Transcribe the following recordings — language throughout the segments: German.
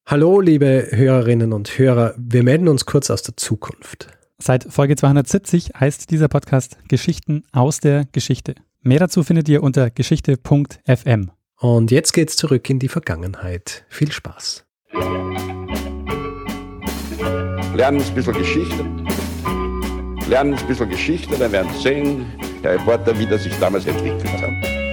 Hallo, liebe Hörerinnen und Hörer, wir melden uns kurz aus der Zukunft. Seit Folge 270 heißt dieser Podcast Geschichten aus der Geschichte. Mehr dazu findet ihr unter geschichte.fm. Und jetzt geht's zurück in die Vergangenheit. Viel Spaß. Lernen ein bisschen Geschichte. Lernen ein bisschen Geschichte, dann werden Sie sehen, Herr Reporter, wie das sich damals entwickelt hat.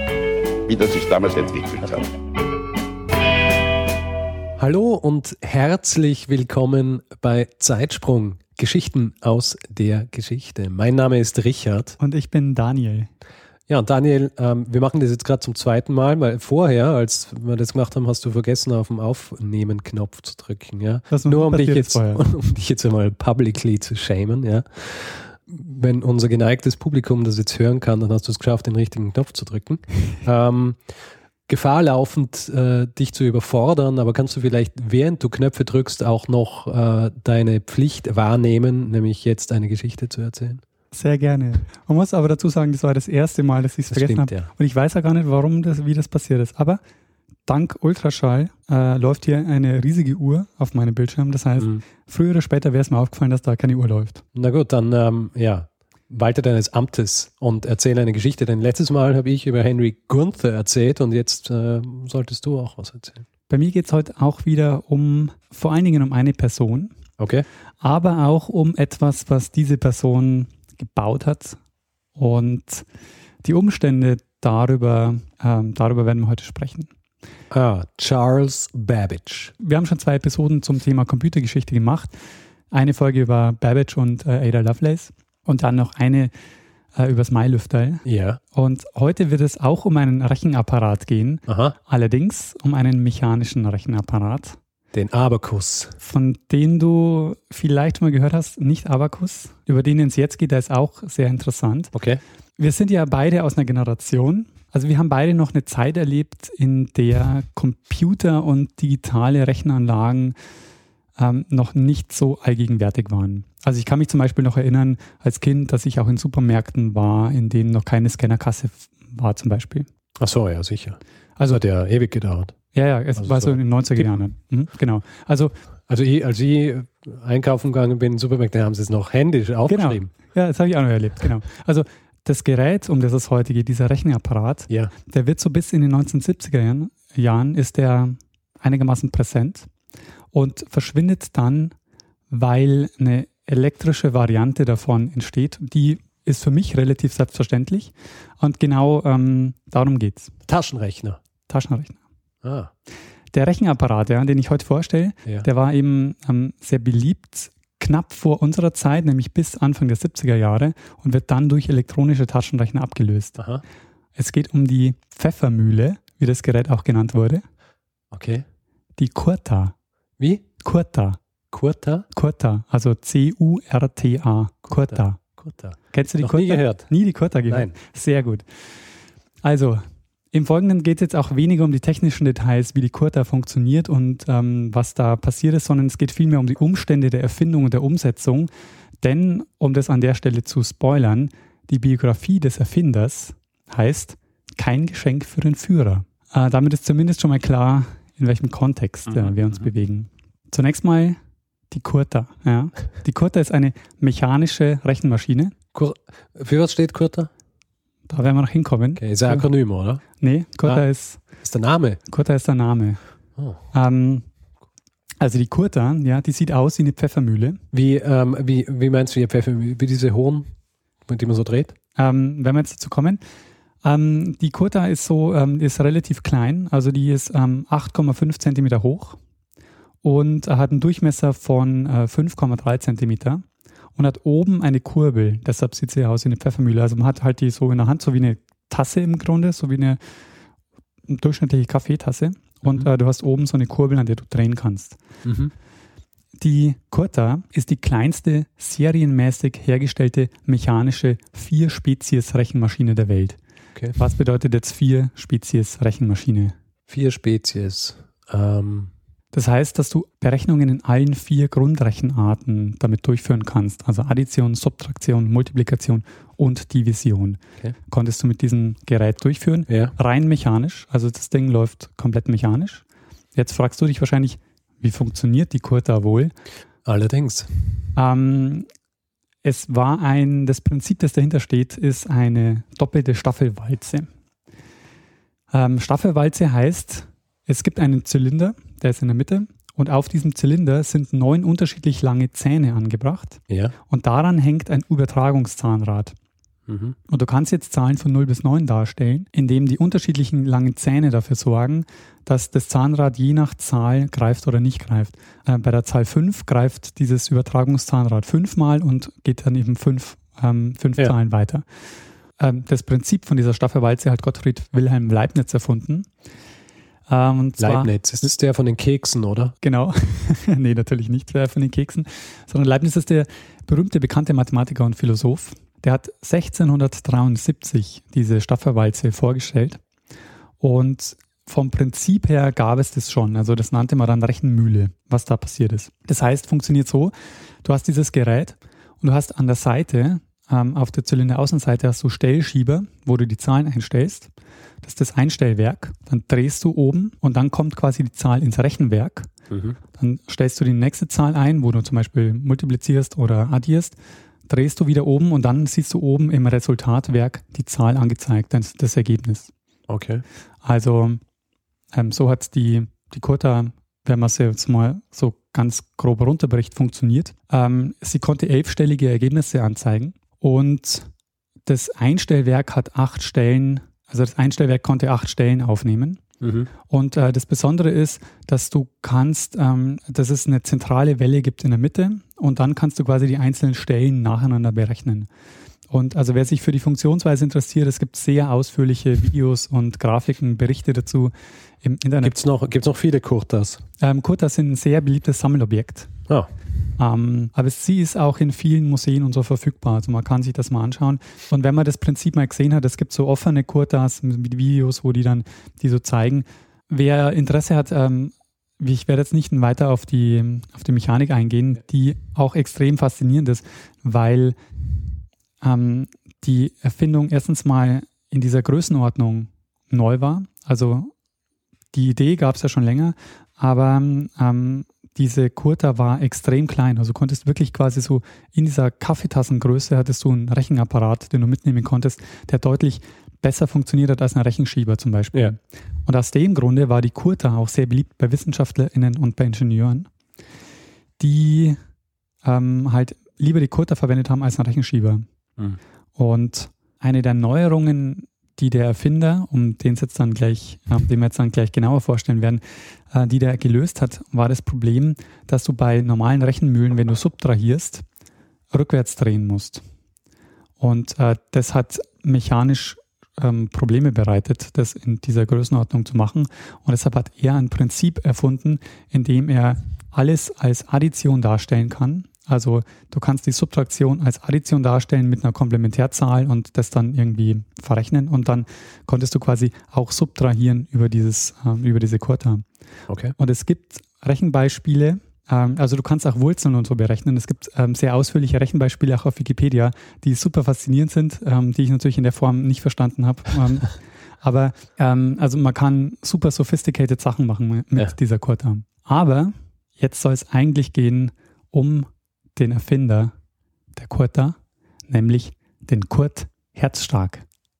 Hallo und herzlich willkommen bei Zeitsprung. Geschichten aus der Geschichte. Mein Name ist Richard. Und ich bin Daniel. Ja, und Daniel, wir machen das jetzt gerade zum zweiten Mal, weil vorher, als wir das gemacht haben, hast du vergessen, auf den Aufnehmen-Knopf zu drücken. Ja? Nur um dich jetzt einmal publicly zu shamen. Ja? Wenn unser geneigtes Publikum das jetzt hören kann, dann hast du es geschafft, den richtigen Knopf zu drücken. Gefahr laufend, dich zu überfordern, aber kannst du vielleicht, während du Knöpfe drückst, auch noch deine Pflicht wahrnehmen, nämlich jetzt eine Geschichte zu erzählen? Sehr gerne. Man muss aber dazu sagen, das war das erste Mal, dass ich es vergessen habe. Ja. Und ich weiß ja gar nicht, wie das passiert ist. Aber dank Ultraschall läuft hier eine riesige Uhr auf meinem Bildschirm. Das heißt, früher oder später wäre es mir aufgefallen, dass da keine Uhr läuft. Na gut, dann walte deines Amtes und erzähle eine Geschichte. Denn letztes Mal habe ich über Henry Gunther erzählt und jetzt solltest du auch was erzählen. Bei mir geht es heute auch wieder vor allen Dingen um eine Person. Okay. Aber auch um etwas, was diese Person gebaut hat. Und die Umstände darüber werden wir heute sprechen. Charles Babbage. Wir haben schon 2 Episoden zum Thema Computergeschichte gemacht. Eine Folge über Babbage und Ada Lovelace. Und dann noch eine über das Mailüfterl. Ja. Und heute wird es auch um einen Rechenapparat gehen. Aha. Allerdings um einen mechanischen Rechenapparat. Den Abacus. Von dem du vielleicht mal gehört hast, nicht Abacus. Über den es jetzt geht, der ist auch sehr interessant. Okay. Wir sind ja beide aus einer Generation. Also wir haben beide noch eine Zeit erlebt, in der Computer und digitale Rechenanlagen noch nicht so allgegenwärtig waren. Also ich kann mich zum Beispiel noch erinnern als Kind, dass ich auch in Supermärkten war, in denen noch keine Scannerkasse war zum Beispiel. Ach so, ja, sicher. Also hat ja ewig gedauert. Ja, es war so in den 90er Jahren. Genau. Also als ich einkaufen gegangen bin in Supermärkten, haben sie es noch händisch aufgeschrieben. Genau. Ja, das habe ich auch noch erlebt, genau. Also das Gerät, um das es heute geht, dieser Rechenapparat, der wird so bis in den 1970er Jahren ist der einigermaßen präsent und verschwindet dann, weil eine elektrische Variante davon entsteht. Die ist für mich relativ selbstverständlich und genau darum geht es. Taschenrechner. Ah. Der Rechenapparat, den ich heute vorstelle, der war eben sehr beliebt, knapp vor unserer Zeit, nämlich bis Anfang der 70er Jahre und wird dann durch elektronische Taschenrechner abgelöst. Aha. Es geht um die Pfeffermühle, wie das Gerät auch genannt wurde. Okay. Die Curta. Wie? Curta, also C-U-R-T-A. Curta. Kennst du die Curta? Nie gehört. Nie die Curta gehört? Nein. Sehr gut. Also, im Folgenden geht es jetzt auch weniger um die technischen Details, wie die Curta funktioniert und was da passiert ist, sondern es geht vielmehr um die Umstände der Erfindung und der Umsetzung. Denn, um das an der Stelle zu spoilern, die Biografie des Erfinders heißt kein Geschenk für den Führer. Damit ist zumindest schon mal klar, in welchem Kontext wir uns bewegen. Zunächst mal die Curta. Ja. Die Curta ist eine mechanische Rechenmaschine. Für was steht Curta? Da werden wir noch hinkommen. Okay, ist ein Akronym, oder? Nee, Curta ist der Name. Curta ist der Name. Oh. Also die Curta, die sieht aus wie eine Pfeffermühle. Wie meinst du die Pfeffermühle? Wie diese hohen, die man so dreht? Wenn wir jetzt dazu kommen. Die Curta ist ist relativ klein, also die ist 8,5 Zentimeter hoch und hat einen Durchmesser von 5,3 Zentimeter und hat oben eine Kurbel, deshalb sieht sie aus wie eine Pfeffermühle. Also man hat halt die so in der Hand, so wie eine Tasse im Grunde, so wie eine durchschnittliche Kaffeetasse und du hast oben so eine Kurbel, an der du drehen kannst. Mhm. Die Curta ist die kleinste serienmäßig hergestellte mechanische 4-Spezies-Rechenmaschine der Welt. Okay. Was bedeutet jetzt 4-Spezies-Rechenmaschine? 4 Spezies. Das heißt, dass du Berechnungen in allen 4 Grundrechenarten damit durchführen kannst. Also Addition, Subtraktion, Multiplikation und Division. Okay. Konntest du mit diesem Gerät durchführen. Ja. Rein mechanisch. Also das Ding läuft komplett mechanisch. Jetzt fragst du dich wahrscheinlich, wie funktioniert die Kurta wohl? Allerdings. Es war das Prinzip, das dahinter steht, ist eine doppelte Staffelwalze. Staffelwalze heißt, es gibt einen Zylinder, der ist in der Mitte, und auf diesem Zylinder sind 9 unterschiedlich lange Zähne angebracht. Ja. Und daran hängt ein Übertragungszahnrad. Und du kannst jetzt Zahlen von 0 bis 9 darstellen, indem die unterschiedlichen langen Zähne dafür sorgen, dass das Zahnrad je nach Zahl greift oder nicht greift. Bei der Zahl 5 greift dieses Übertragungszahnrad 5-mal und geht dann eben 5 Zahlen weiter. Das Prinzip von dieser Staffelwalze hat Gottfried Wilhelm Leibniz erfunden. Und zwar, Leibniz, das ist der von den Keksen, oder? Genau. Nee, natürlich nicht der von den Keksen, sondern Leibniz ist der berühmte, bekannte Mathematiker und Philosoph. Der hat 1673 diese Staffelwalze vorgestellt und vom Prinzip her gab es das schon. Also das nannte man dann Rechenmühle, was da passiert ist. Das heißt, funktioniert so, du hast dieses Gerät und du hast an der Seite, auf der Zylinderaußenseite hast du Stellschieber, wo du die Zahlen einstellst. Das ist das Einstellwerk. Dann drehst du oben und dann kommt quasi die Zahl ins Rechenwerk. Dann stellst du die nächste Zahl ein, wo du zum Beispiel multiplizierst oder addierst. Drehst du wieder oben und dann siehst du oben im Resultatwerk die Zahl angezeigt, das Ergebnis. Okay. Also so hat die Kurta, wenn man sie jetzt mal so ganz grob runterbricht, funktioniert. Sie konnte 11-stellige Ergebnisse anzeigen und das Einstellwerk hat 8 Stellen, also das Einstellwerk konnte 8 Stellen aufnehmen. Und das Besondere ist, dass du kannst, dass es eine zentrale Welle gibt in der Mitte und dann kannst du quasi die einzelnen Stellen nacheinander berechnen. Und also wer sich für die Funktionsweise interessiert, es gibt sehr ausführliche Videos und Grafiken, Berichte dazu im Internet. Gibt's noch viele Kurtas? Kurtas sind ein sehr beliebtes Sammelobjekt. Ah. Aber sie ist auch in vielen Museen und so verfügbar. Also man kann sich das mal anschauen. Und wenn man das Prinzip mal gesehen hat, es gibt so offene Kurtas mit Videos, wo die so zeigen. Wer Interesse hat, ich werde jetzt nicht weiter auf die Mechanik eingehen, die auch extrem faszinierend ist, weil die Erfindung erstens mal in dieser Größenordnung neu war. Also die Idee gab es ja schon länger, aber diese Kurta war extrem klein. Also du konntest wirklich quasi so in dieser Kaffeetassengröße hattest du einen Rechenapparat, den du mitnehmen konntest, der deutlich besser funktioniert hat als ein Rechenschieber zum Beispiel. Ja. Und aus dem Grunde war die Kurta auch sehr beliebt bei WissenschaftlerInnen und bei Ingenieuren, die halt lieber die Kurta verwendet haben als einen Rechenschieber. Und eine der Neuerungen, die der Erfinder, den wir jetzt dann gleich genauer vorstellen werden, die der gelöst hat, war das Problem, dass du bei normalen Rechenmühlen, wenn du subtrahierst, rückwärts drehen musst. Und das hat mechanisch Probleme bereitet, das in dieser Größenordnung zu machen. Und deshalb hat er ein Prinzip erfunden, in dem er alles als Addition darstellen kann. Also du kannst die Subtraktion als Addition darstellen mit einer Komplementärzahl und das dann irgendwie verrechnen und dann konntest du quasi auch subtrahieren über diese Kurta. Okay. Und es gibt Rechenbeispiele, also du kannst auch Wurzeln und so berechnen. Es gibt sehr ausführliche Rechenbeispiele auch auf Wikipedia, die super faszinierend sind, die ich natürlich in der Form nicht verstanden habe. Aber also man kann super sophisticated Sachen machen mit dieser Kurta. Aber jetzt soll es eigentlich gehen um den Erfinder der Kurta, nämlich den Kurt Herzstark.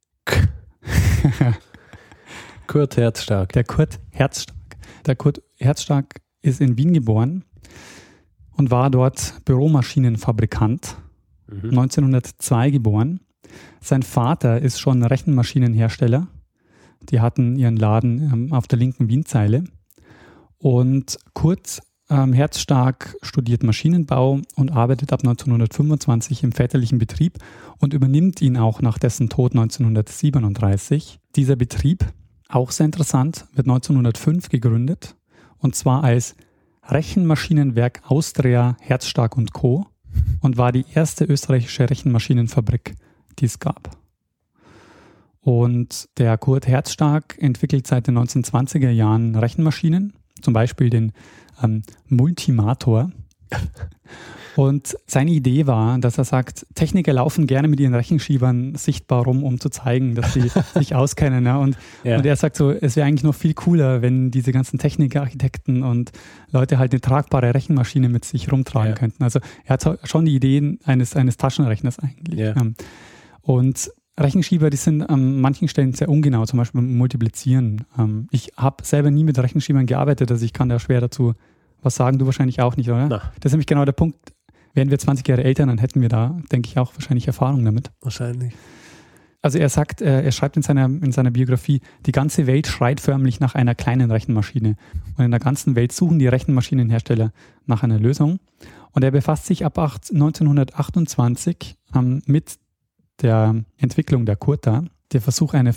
Kurt Herzstark. Der Kurt Herzstark. Der Kurt Herzstark ist in Wien geboren und war dort Büromaschinenfabrikant. 1902 geboren. Sein Vater ist schon Rechenmaschinenhersteller. Die hatten ihren Laden auf der linken Wienzeile. Und Kurt Herzstark studiert Maschinenbau und arbeitet ab 1925 im väterlichen Betrieb und übernimmt ihn auch nach dessen Tod 1937. Dieser Betrieb, auch sehr interessant, wird 1905 gegründet und zwar als Rechenmaschinenwerk Austria Herzstark & Co. und war die erste österreichische Rechenmaschinenfabrik, die es gab. Und der Kurt Herzstark entwickelt seit den 1920er Jahren Rechenmaschinen, zum Beispiel den Multimator. Und seine Idee war, dass er sagt, Techniker laufen gerne mit ihren Rechenschiebern sichtbar rum, um zu zeigen, dass sie sich auskennen. Ja? Und er sagt so, es wäre eigentlich noch viel cooler, wenn diese ganzen Techniker, Architekten und Leute halt eine tragbare Rechenmaschine mit sich rumtragen könnten. Also er hat schon die Ideen eines Taschenrechners eigentlich. Ja. Und Rechenschieber, die sind an manchen Stellen sehr ungenau, zum Beispiel beim Multiplizieren. Ich habe selber nie mit Rechenschiebern gearbeitet, also ich kann da schwer dazu was sagen, du wahrscheinlich auch nicht, oder? Na. Das ist nämlich genau der Punkt. Wären wir 20 Jahre älter, dann hätten wir da, denke ich, auch wahrscheinlich Erfahrung damit. Wahrscheinlich. Also er sagt, er schreibt in seiner Biografie, die ganze Welt schreit förmlich nach einer kleinen Rechenmaschine. Und in der ganzen Welt suchen die Rechenmaschinenhersteller nach einer Lösung. Und er befasst sich ab 1928 mit der Entwicklung der Curta, der Versuch einer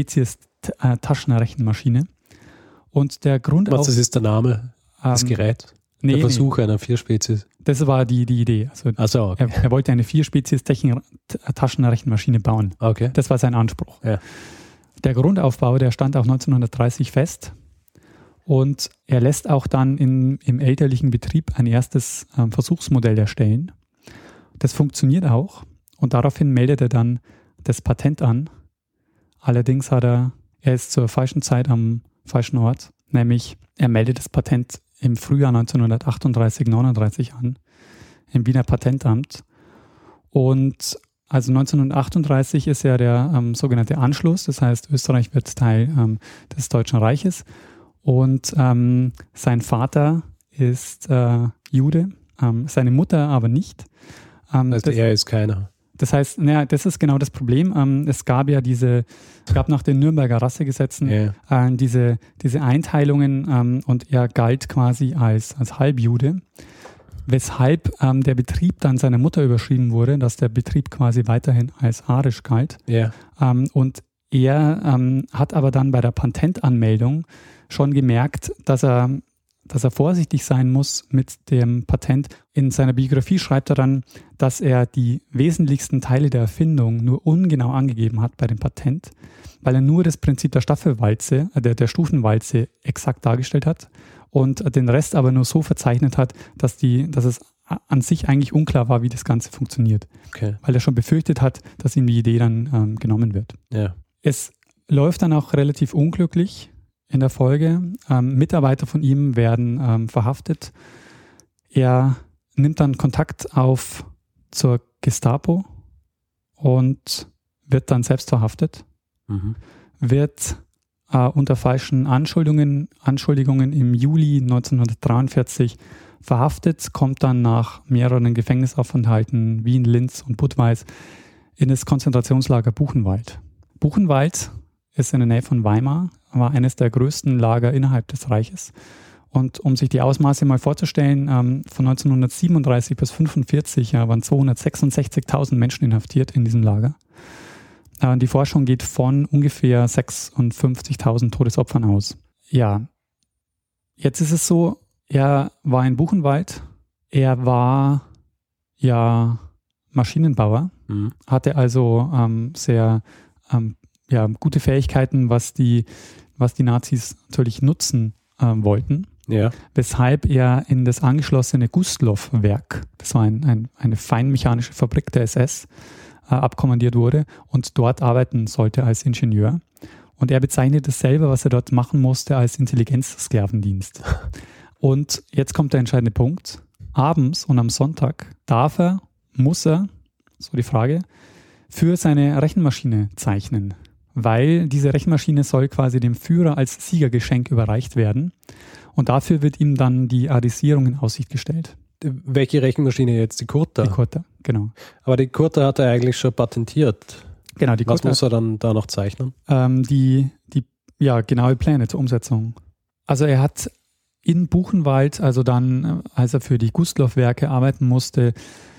4-Spezies-Taschenrechenmaschine. Und der Grund was ist der Name des Geräts? Der Versuch einer 4-Spezies. Das war die Idee. Also okay. er wollte eine 4-Spezies-Taschenrechenmaschine bauen. Okay. Das war sein Anspruch. Ja. Der Grundaufbau, der stand auch 1930 fest. Und er lässt auch dann im elterlichen Betrieb ein erstes Versuchsmodell erstellen. Das funktioniert auch. Und daraufhin meldet er dann das Patent an. Allerdings er ist zur falschen Zeit am falschen Ort. Nämlich er meldet das Patent im Frühjahr 1938/39 an, im Wiener Patentamt. Und also 1938 ist ja der sogenannte Anschluss, das heißt, Österreich wird Teil des Deutschen Reiches. Und sein Vater ist Jude, seine Mutter aber nicht. Also er ist keiner. Das heißt, das ist genau das Problem. Es gab nach den Nürnberger Rassegesetzen diese Einteilungen und er galt quasi als Halbjude, weshalb der Betrieb dann seiner Mutter überschrieben wurde, dass der Betrieb quasi weiterhin als arisch galt. Ja. Und er hat aber dann bei der Patentanmeldung schon gemerkt, dass er vorsichtig sein muss mit dem Patent. In seiner Biografie schreibt er dann, dass er die wesentlichsten Teile der Erfindung nur ungenau angegeben hat bei dem Patent, weil er nur das Prinzip der Staffelwalze, der Stufenwalze exakt dargestellt hat und den Rest aber nur so verzeichnet hat, dass es an sich eigentlich unklar war, wie das Ganze funktioniert. Okay. Weil er schon befürchtet hat, dass ihm die Idee dann genommen wird. Ja. Es läuft dann auch relativ unglücklich in der Folge. Mitarbeiter von ihm werden verhaftet. Er nimmt dann Kontakt auf zur Gestapo und wird dann selbst verhaftet. Wird unter falschen Anschuldigungen im Juli 1943 verhaftet, kommt dann nach mehreren Gefängnisaufenthalten Wien, Linz und Budweis in das Konzentrationslager Buchenwald. Buchenwald ist in der Nähe von Weimar, war eines der größten Lager innerhalb des Reiches. Und um sich die Ausmaße mal vorzustellen, von 1937 bis 1945 waren 266.000 Menschen inhaftiert in diesem Lager. Die Forschung geht von ungefähr 56.000 Todesopfern aus. Ja, jetzt ist es so, er war in Buchenwald, er war Maschinenbauer, hatte also sehr gute Fähigkeiten, was die Nazis natürlich nutzen wollten. Ja. Weshalb er in das angeschlossene Gustloff-Werk, das war eine feinmechanische Fabrik der SS, abkommandiert wurde und dort arbeiten sollte als Ingenieur. Und er bezeichnet es selber, was er dort machen musste, als Intelligenzsklavendienst. Und jetzt kommt der entscheidende Punkt. Abends und am Sonntag muss er, so die Frage, für seine Rechenmaschine zeichnen. Weil diese Rechenmaschine soll quasi dem Führer als Siegergeschenk überreicht werden. Und dafür wird ihm dann die Arisierung in Aussicht gestellt. Welche Rechenmaschine jetzt? Die Curta? Die Curta, genau. Aber die Curta hat er eigentlich schon patentiert. Genau, die Curta. Was muss er dann da noch zeichnen? Die genaue Pläne zur Umsetzung. Also er hat in Buchenwald, also dann, als er für die Gustloff-Werke arbeiten musste,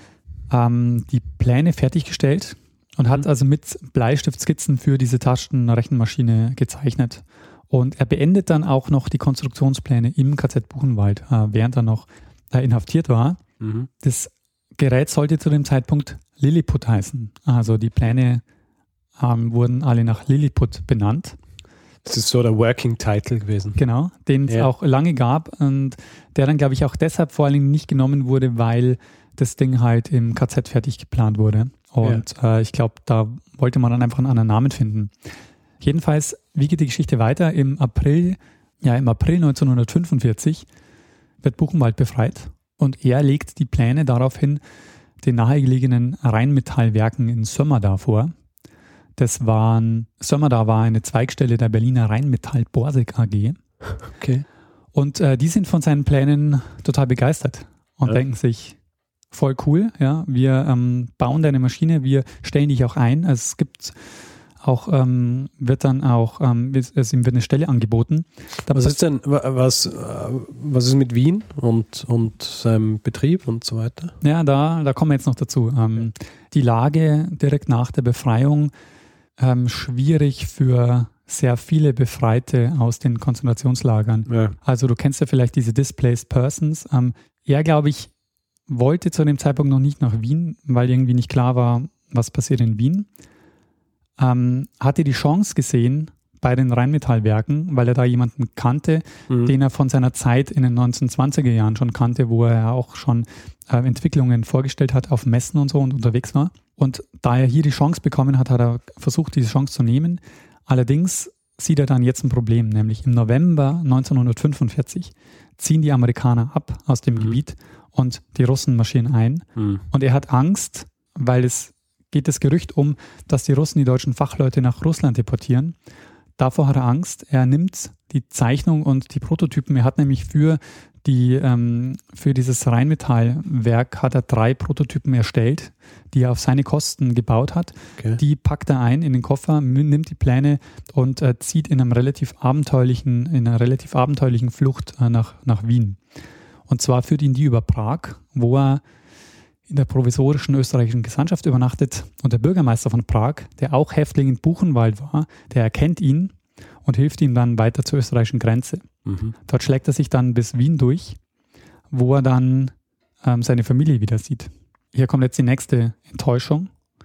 die Pläne fertiggestellt und hat also mit Bleistiftskizzen für diese Taschenrechenmaschine gezeichnet. Und er beendet dann auch noch die Konstruktionspläne im KZ Buchenwald, während er noch inhaftiert war. Das Gerät sollte zu dem Zeitpunkt Lilliput heißen. Also die Pläne wurden alle nach Lilliput benannt. Das ist so der Working Title gewesen. Genau, den es auch lange gab und der dann, glaube ich, auch deshalb vor allen Dingen nicht genommen wurde, weil das Ding halt im KZ fertig geplant wurde. Und ich glaube, da wollte man dann einfach einen anderen Namen finden. Jedenfalls, wie geht die Geschichte weiter? Im April 1945 wird Buchenwald befreit und er legt die Pläne darauf hin, den nahegelegenen Rheinmetallwerken in Sömmerda vor. Sömmerda war eine Zweigstelle der Berliner Rheinmetall Borsig AG. Okay. Und die sind von seinen Plänen total begeistert und denken sich, voll cool, ja, wir bauen deine Maschine, wir stellen dich auch ein. Also es gibt auch, es ihm wird eine Stelle angeboten. Was ist mit Wien und seinem Betrieb und so weiter? Ja, da kommen wir jetzt noch dazu. Die Lage direkt nach der Befreiung, schwierig für sehr viele Befreite aus den Konzentrationslagern. Ja. Also du kennst ja vielleicht diese Displaced Persons. Er, glaube ich, wollte zu dem Zeitpunkt noch nicht nach Wien, weil irgendwie nicht klar war, was passiert in Wien. Hatte die Chance gesehen bei den Rheinmetallwerken, weil er da jemanden kannte, den er von seiner Zeit in den 1920er Jahren schon kannte, wo er auch schon Entwicklungen vorgestellt hat auf Messen und so und unterwegs war. Und da er hier die Chance bekommen hat, hat er versucht, diese Chance zu nehmen. Allerdings sieht er dann jetzt ein Problem, nämlich im November 1945 ziehen die Amerikaner ab aus dem Gebiet und die Russen marschieren ein. Und er hat Angst, weil geht das Gerücht um, dass die Russen die deutschen Fachleute nach Russland deportieren. Davor hat er Angst. Er nimmt die Zeichnung und die Prototypen. Er hat nämlich für dieses Rheinmetallwerk hat er 3 Prototypen erstellt, die er auf seine Kosten gebaut hat. Okay. Die packt er ein in den Koffer, nimmt die Pläne und zieht in einer relativ abenteuerlichen Flucht nach Wien. Und zwar führt ihn die über Prag, wo er in der provisorischen österreichischen Gesandtschaft übernachtet und der Bürgermeister von Prag, der auch Häftling in Buchenwald war, der erkennt ihn und hilft ihm dann weiter zur österreichischen Grenze. Dort schlägt er sich dann bis Wien durch, wo er dann seine Familie wieder sieht. Hier kommt jetzt die nächste Enttäuschung.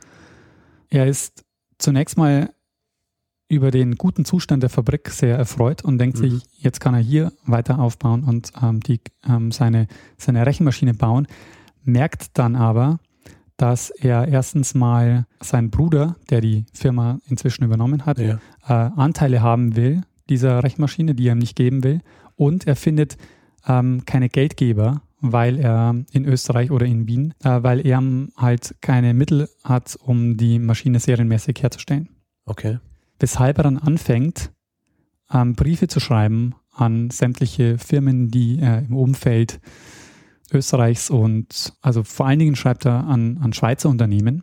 Er ist zunächst mal über den guten Zustand der Fabrik sehr erfreut und denkt sich, jetzt kann er hier weiter aufbauen und seine Rechenmaschine bauen. Merkt dann aber, dass er erstens mal seinen Bruder, der die Firma inzwischen übernommen hat, Anteile haben will, dieser Rechenmaschine, die er ihm nicht geben will. Und er findet keine Geldgeber, weil er in Österreich oder in Wien, weil er halt keine Mittel hat, um die Maschine serienmäßig herzustellen. Okay. Weshalb er dann anfängt, Briefe zu schreiben an sämtliche Firmen, die im Umfeld Österreichs und also vor allen Dingen schreibt er an Schweizer Unternehmen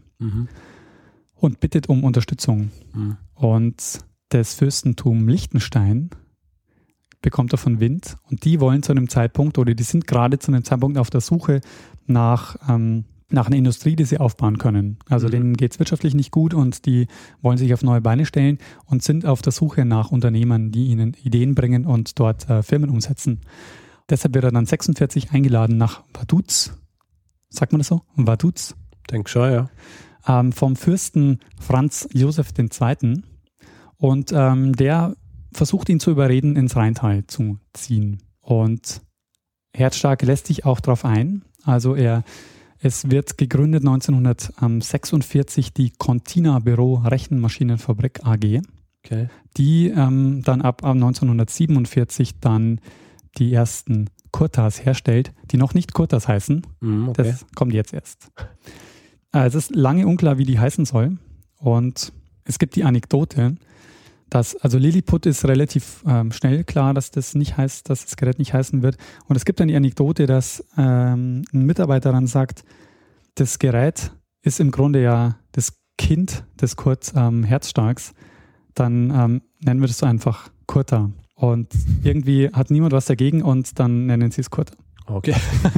und bittet um Unterstützung. Und das Fürstentum Liechtenstein bekommt davon Wind und die wollen zu einem Zeitpunkt oder die sind gerade zu einem Zeitpunkt auf der Suche nach einer Industrie, die sie aufbauen können. Also denen geht es wirtschaftlich nicht gut und die wollen sich auf neue Beine stellen und sind auf der Suche nach Unternehmern, die ihnen Ideen bringen und dort Firmen umsetzen. Deshalb wird er dann 46 eingeladen nach Vaduz. Sagt man das so? Vaduz? Denk schon, ja. Vom Fürsten Franz Josef II. Und der versucht ihn zu überreden, ins Rheintal zu ziehen. Und Herzstark lässt sich auch darauf ein. Also es wird gegründet 1946 die Contina Büro Rechenmaschinenfabrik AG, die dann ab 1947 dann die ersten Kurtas herstellt, die noch nicht Kurtas heißen. Das kommt jetzt erst. Es ist lange unklar, wie die heißen soll. Und es gibt die Anekdote, also Lilliput ist relativ schnell klar, dass das nicht heißt, dass das Gerät nicht heißen wird. Und es gibt dann die Anekdote, dass ein Mitarbeiter dann sagt, das Gerät ist im Grunde ja das Kind des Kurt Herzstarks. Dann nennen wir das so einfach Kurta. Und irgendwie hat niemand was dagegen und dann nennen sie es Kurta. Okay.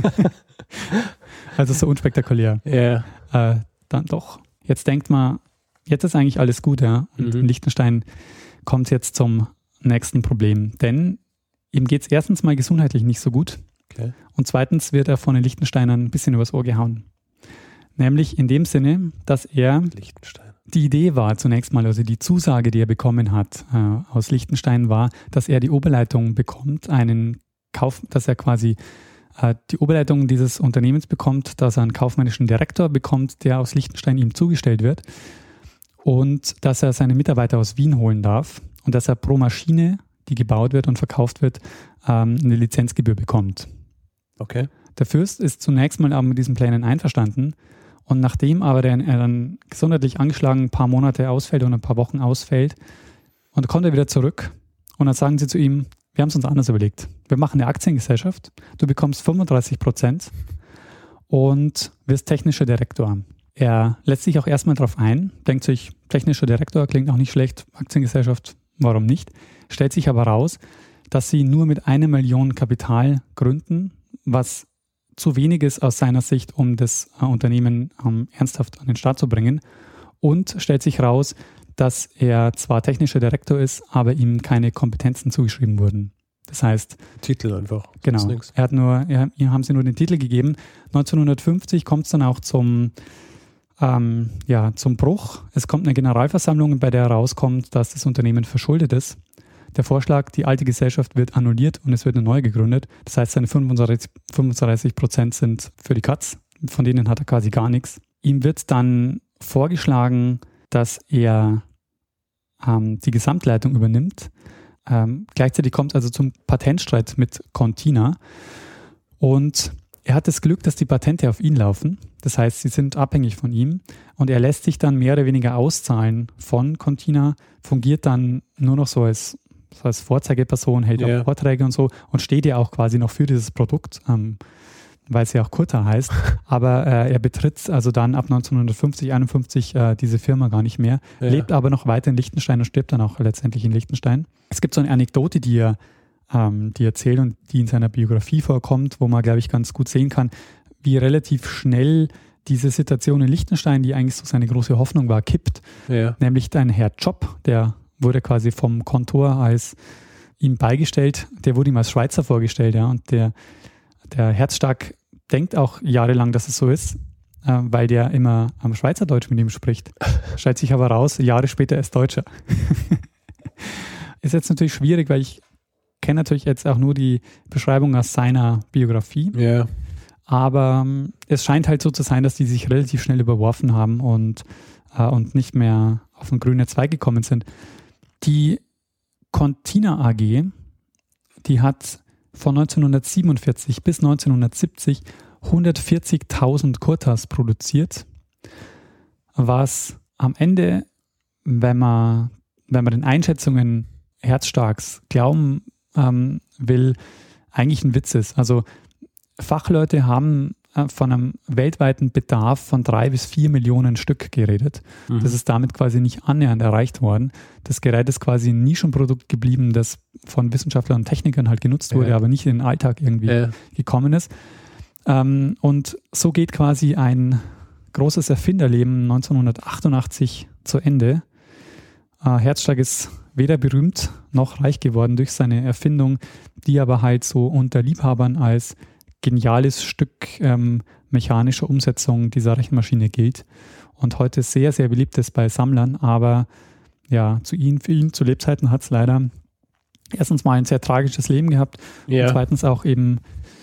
Also so unspektakulär. Yeah. Dann doch. Jetzt denkt man, jetzt ist eigentlich alles gut, ja. Und in Liechtenstein kommt es jetzt zum nächsten Problem. Denn ihm geht es erstens mal gesundheitlich nicht so gut. Okay. Und zweitens wird er von den Liechtensteinern ein bisschen übers Ohr gehauen. Nämlich in dem Sinne, dass er die Idee war zunächst mal, also die Zusage, die er bekommen hat aus Liechtenstein war, dass er die Oberleitung bekommt, dass er quasi die Oberleitung dieses Unternehmens bekommt, dass er einen kaufmännischen Direktor bekommt, der aus Liechtenstein ihm zugestellt wird und dass er seine Mitarbeiter aus Wien holen darf und dass er pro Maschine, die gebaut wird und verkauft wird, eine Lizenzgebühr bekommt. Okay. Der Fürst ist zunächst mal aber mit diesen Plänen einverstanden und nachdem aber er dann gesundheitlich angeschlagen ein paar Monate ausfällt und ein paar Wochen ausfällt und dann kommt er wieder zurück und dann sagen sie zu ihm, wir haben es uns anders überlegt. Wir machen eine Aktiengesellschaft, du bekommst 35% und wirst technischer Direktor. Er lässt sich auch erstmal darauf ein, denkt sich, technischer Direktor klingt auch nicht schlecht, Aktiengesellschaft, warum nicht? Stellt sich aber raus, dass sie nur mit 1 Million Kapital gründen, was zu wenig ist aus seiner Sicht, um das Unternehmen ernsthaft an den Start zu bringen. Und stellt sich raus, dass er zwar technischer Direktor ist, aber ihm keine Kompetenzen zugeschrieben wurden. Das heißt, Titel einfach. Genau. Ihm haben sie nur den Titel gegeben. 1950 kommt es dann auch zum Bruch. Es kommt eine Generalversammlung, bei der herauskommt, dass das Unternehmen verschuldet ist. Der Vorschlag, die alte Gesellschaft wird annulliert und es wird eine neue gegründet. Das heißt, seine 35% sind für die Katz. Von denen hat er quasi gar nichts. Ihm wird dann vorgeschlagen, dass er die Gesamtleitung übernimmt. Gleichzeitig kommt es also zum Patentstreit mit Contina. Und er hat das Glück, dass die Patente auf ihn laufen. Das heißt, sie sind abhängig von ihm. Und er lässt sich dann mehr oder weniger auszahlen von Contina, fungiert dann nur noch so als Vorzeigeperson, hält auch Vorträge und so und steht ja auch quasi noch für dieses Produkt, weil es ja auch Kurta heißt. Aber er betritt also dann ab 1950, 51 diese Firma gar nicht mehr, lebt aber noch weiter in Liechtenstein und stirbt dann auch letztendlich in Liechtenstein. Es gibt so eine Anekdote, die er erzählt und die in seiner Biografie vorkommt, wo man, glaube ich, ganz gut sehen kann, wie relativ schnell diese Situation in Liechtenstein, die eigentlich so seine große Hoffnung war, kippt. Ja. Nämlich ein Herr Job, der wurde quasi vom Kontor als ihm beigestellt, der wurde ihm als Schweizer vorgestellt, ja, und der Herzstark denkt auch jahrelang, dass es so ist, weil der immer am Schweizerdeutsch mit ihm spricht. Stellt sich aber raus, Jahre später ist Deutscher. Ist jetzt natürlich schwierig, weil ich kenne natürlich jetzt auch nur die Beschreibung aus seiner Biografie. Ja. Aber es scheint halt so zu sein, dass die sich relativ schnell überworfen haben und nicht mehr auf den grünen Zweig gekommen sind. Die Contina AG, die hat von 1947 bis 1970 140.000 Kurtas produziert, was am Ende, wenn man den Einschätzungen Herzstarks glauben will, eigentlich ein Witz ist. Also Fachleute haben von einem weltweiten Bedarf von 3 bis 4 Millionen Stück geredet. Mhm. Das ist damit quasi nicht annähernd erreicht worden. Das Gerät ist quasi ein Nischenprodukt geblieben, das von Wissenschaftlern und Technikern halt genutzt wurde, aber nicht in den Alltag irgendwie gekommen ist. Und so geht quasi ein großes Erfinderleben 1988 zu Ende. Herzstark ist weder berühmt noch reich geworden durch seine Erfindung, die aber halt so unter Liebhabern als geniales Stück mechanischer Umsetzung dieser Rechenmaschine gilt und heute sehr, sehr beliebt ist bei Sammlern, aber ja, für ihn zu Lebzeiten hat es leider erstens mal ein sehr tragisches Leben gehabt und zweitens auch eben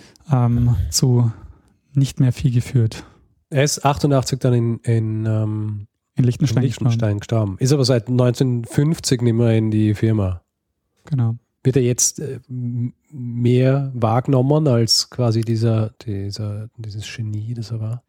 zu nicht mehr viel geführt. Er ist 88 dann in Liechtenstein gestorben. Ist aber seit 1950 nicht mehr in die Firma. Genau. Wird er jetzt mehr wahrgenommen als quasi dieses Genie, das er war?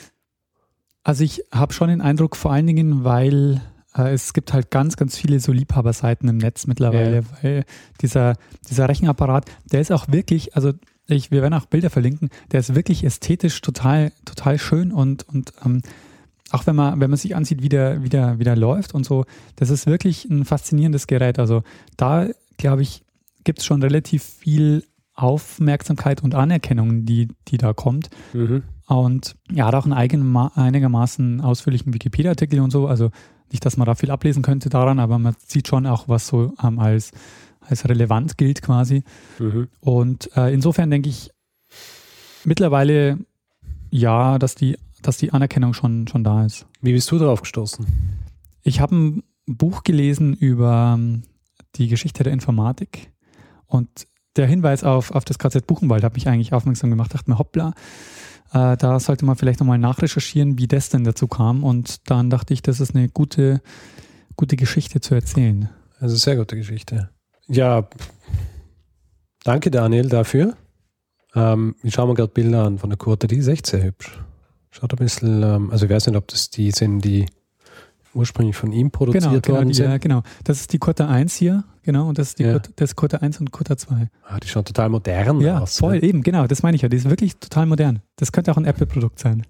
Also ich habe schon den Eindruck, vor allen Dingen, weil es gibt halt ganz, ganz viele so Liebhaberseiten im Netz mittlerweile, weil dieser Rechenapparat, der ist auch wirklich, also wir werden auch Bilder verlinken, der ist wirklich ästhetisch total schön und auch wenn man sich ansieht, wie der läuft und so, das ist wirklich ein faszinierendes Gerät. Also da, glaube ich, gibt es schon relativ viel Aufmerksamkeit und Anerkennung, die da kommt. Mhm. Und ja, hat auch einen einigermaßen ausführlichen Wikipedia-Artikel und so. Also nicht, dass man da viel ablesen könnte daran, aber man sieht schon auch, was so als relevant gilt quasi. Mhm. Und insofern denke ich mittlerweile, ja, dass die Anerkennung schon da ist. Wie bist du darauf gestoßen? Ich habe ein Buch gelesen über die Geschichte der Informatik und der Hinweis auf das KZ Buchenwald hat mich eigentlich aufmerksam gemacht. Dachte mir, hoppla, da sollte man vielleicht nochmal nachrecherchieren, wie das denn dazu kam. Und dann dachte ich, das ist eine gute Geschichte zu erzählen. Also sehr gute Geschichte. Ja, danke Daniel dafür. Ich schaue mir gerade Bilder an von der Kurta, die ist echt sehr hübsch. Schaut ein bisschen, also ich weiß nicht, ob das die sind, die ursprünglich von ihm produziert worden sind. Ja, genau. Das ist die Kurta 1 hier, genau, und das ist das Kurta 1 und Kurta 2. Ah, die schauen total modern aus. Ja, voll, ne? Eben, genau, das meine ich ja. Die ist wirklich total modern. Das könnte auch ein Apple-Produkt sein.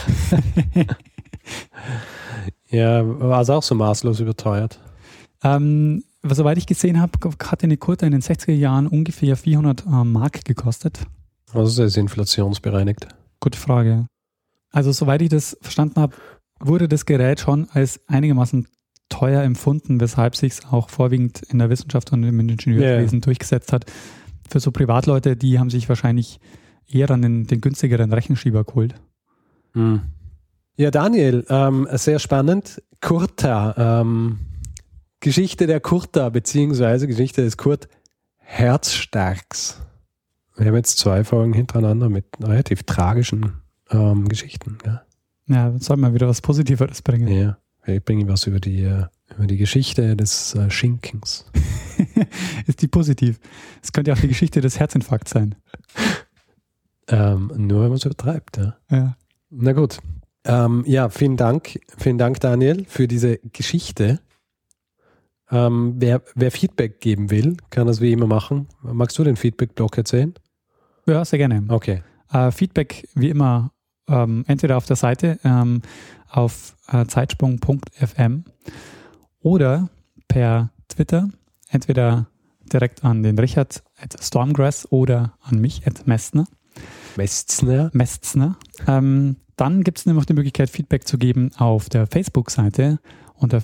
Ja, war es auch so maßlos überteuert? Soweit ich gesehen habe, hatte eine Kurta in den 60er Jahren ungefähr 400 Mark gekostet. Also das ist inflationsbereinigt. Gute Frage. Also soweit ich das verstanden habe, wurde das Gerät schon als einigermaßen teuer empfunden, weshalb sich es auch vorwiegend in der Wissenschaft und im Ingenieurwesen durchgesetzt hat. Für so Privatleute, die haben sich wahrscheinlich eher an den günstigeren Rechenschieber geholt. Hm. Ja, Daniel, sehr spannend. Kurta, Geschichte der Kurta, beziehungsweise Geschichte des Kurt Herzstarks. Wir haben jetzt 2 Folgen hintereinander mit relativ tragischen Geschichten. Ja, soll mal wieder was Positiveres bringen. Ja, ich bringe was über die Geschichte des Schinkens. Ist die positiv? Es könnte auch die Geschichte des Herzinfarkts sein. Nur wenn man es übertreibt, ja. Na gut. Ja, vielen Dank, Daniel, für diese Geschichte. Wer Feedback geben will, kann das wie immer machen. Magst du den Feedback-Blog erzählen? Ja, sehr gerne. Okay. Feedback wie immer entweder auf der Seite auf zeitsprung.fm oder per Twitter, entweder direkt an den Richard @Stormgrass oder an mich @Mestner. Mestner. Dann gibt es nämlich die Möglichkeit, Feedback zu geben auf der Facebook-Seite unter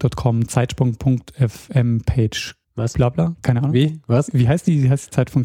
facebook.com/zeitsprung.fm-page. Was? Blabla, keine Ahnung. Wie? Was? Wie heißt die Zeitsprung?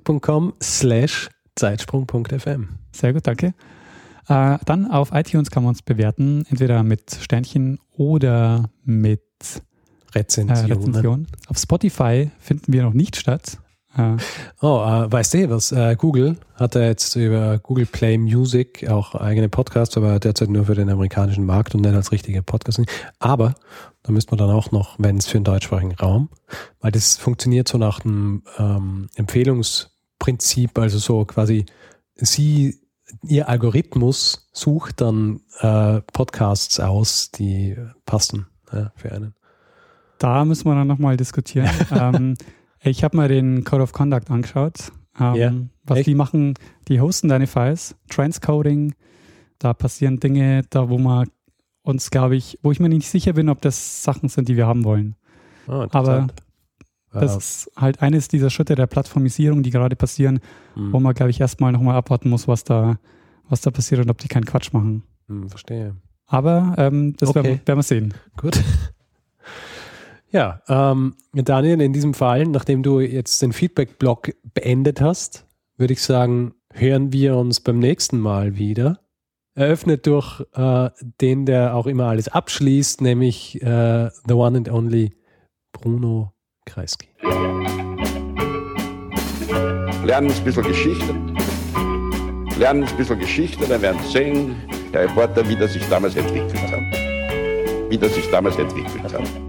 Facebook.com/zeitsprung.fm. Sehr gut, danke. Dann auf iTunes kann man uns bewerten, entweder mit Sternchen oder mit Rezension. Auf Spotify finden wir noch nicht statt. Weißt du was? Google hat jetzt über Google Play Music auch eigene Podcasts, aber derzeit nur für den amerikanischen Markt und nicht als richtige Podcasts. Aber da müsste man dann auch noch, wenn es für den deutschsprachigen Raum, weil das funktioniert so nach dem Empfehlungsprinzip, also so quasi ihr Algorithmus sucht dann Podcasts aus, die passen für einen. Da müssen wir dann nochmal diskutieren. Ich habe mal den Code of Conduct angeschaut. Was die machen, die hosten deine Files, Transcoding, da passieren Dinge, da wo ich mir nicht sicher bin, ob das Sachen sind, die wir haben wollen. Aber das ist halt eines dieser Schritte der Plattformisierung, die gerade passieren, wo man, glaube ich, erstmal nochmal abwarten muss, was da passiert und ob die keinen Quatsch machen. Verstehe. Aber das werden wir sehen. Gut. Ja, Daniel, in diesem Fall, nachdem du jetzt den Feedback-Blog beendet hast, würde ich sagen, hören wir uns beim nächsten Mal wieder. Eröffnet durch den, der auch immer alles abschließt, nämlich the one and only Bruno Kreisky. Lernen ein bisschen Geschichte, dann werden Sie sehen, der Reporter, wie das sich damals entwickelt hat.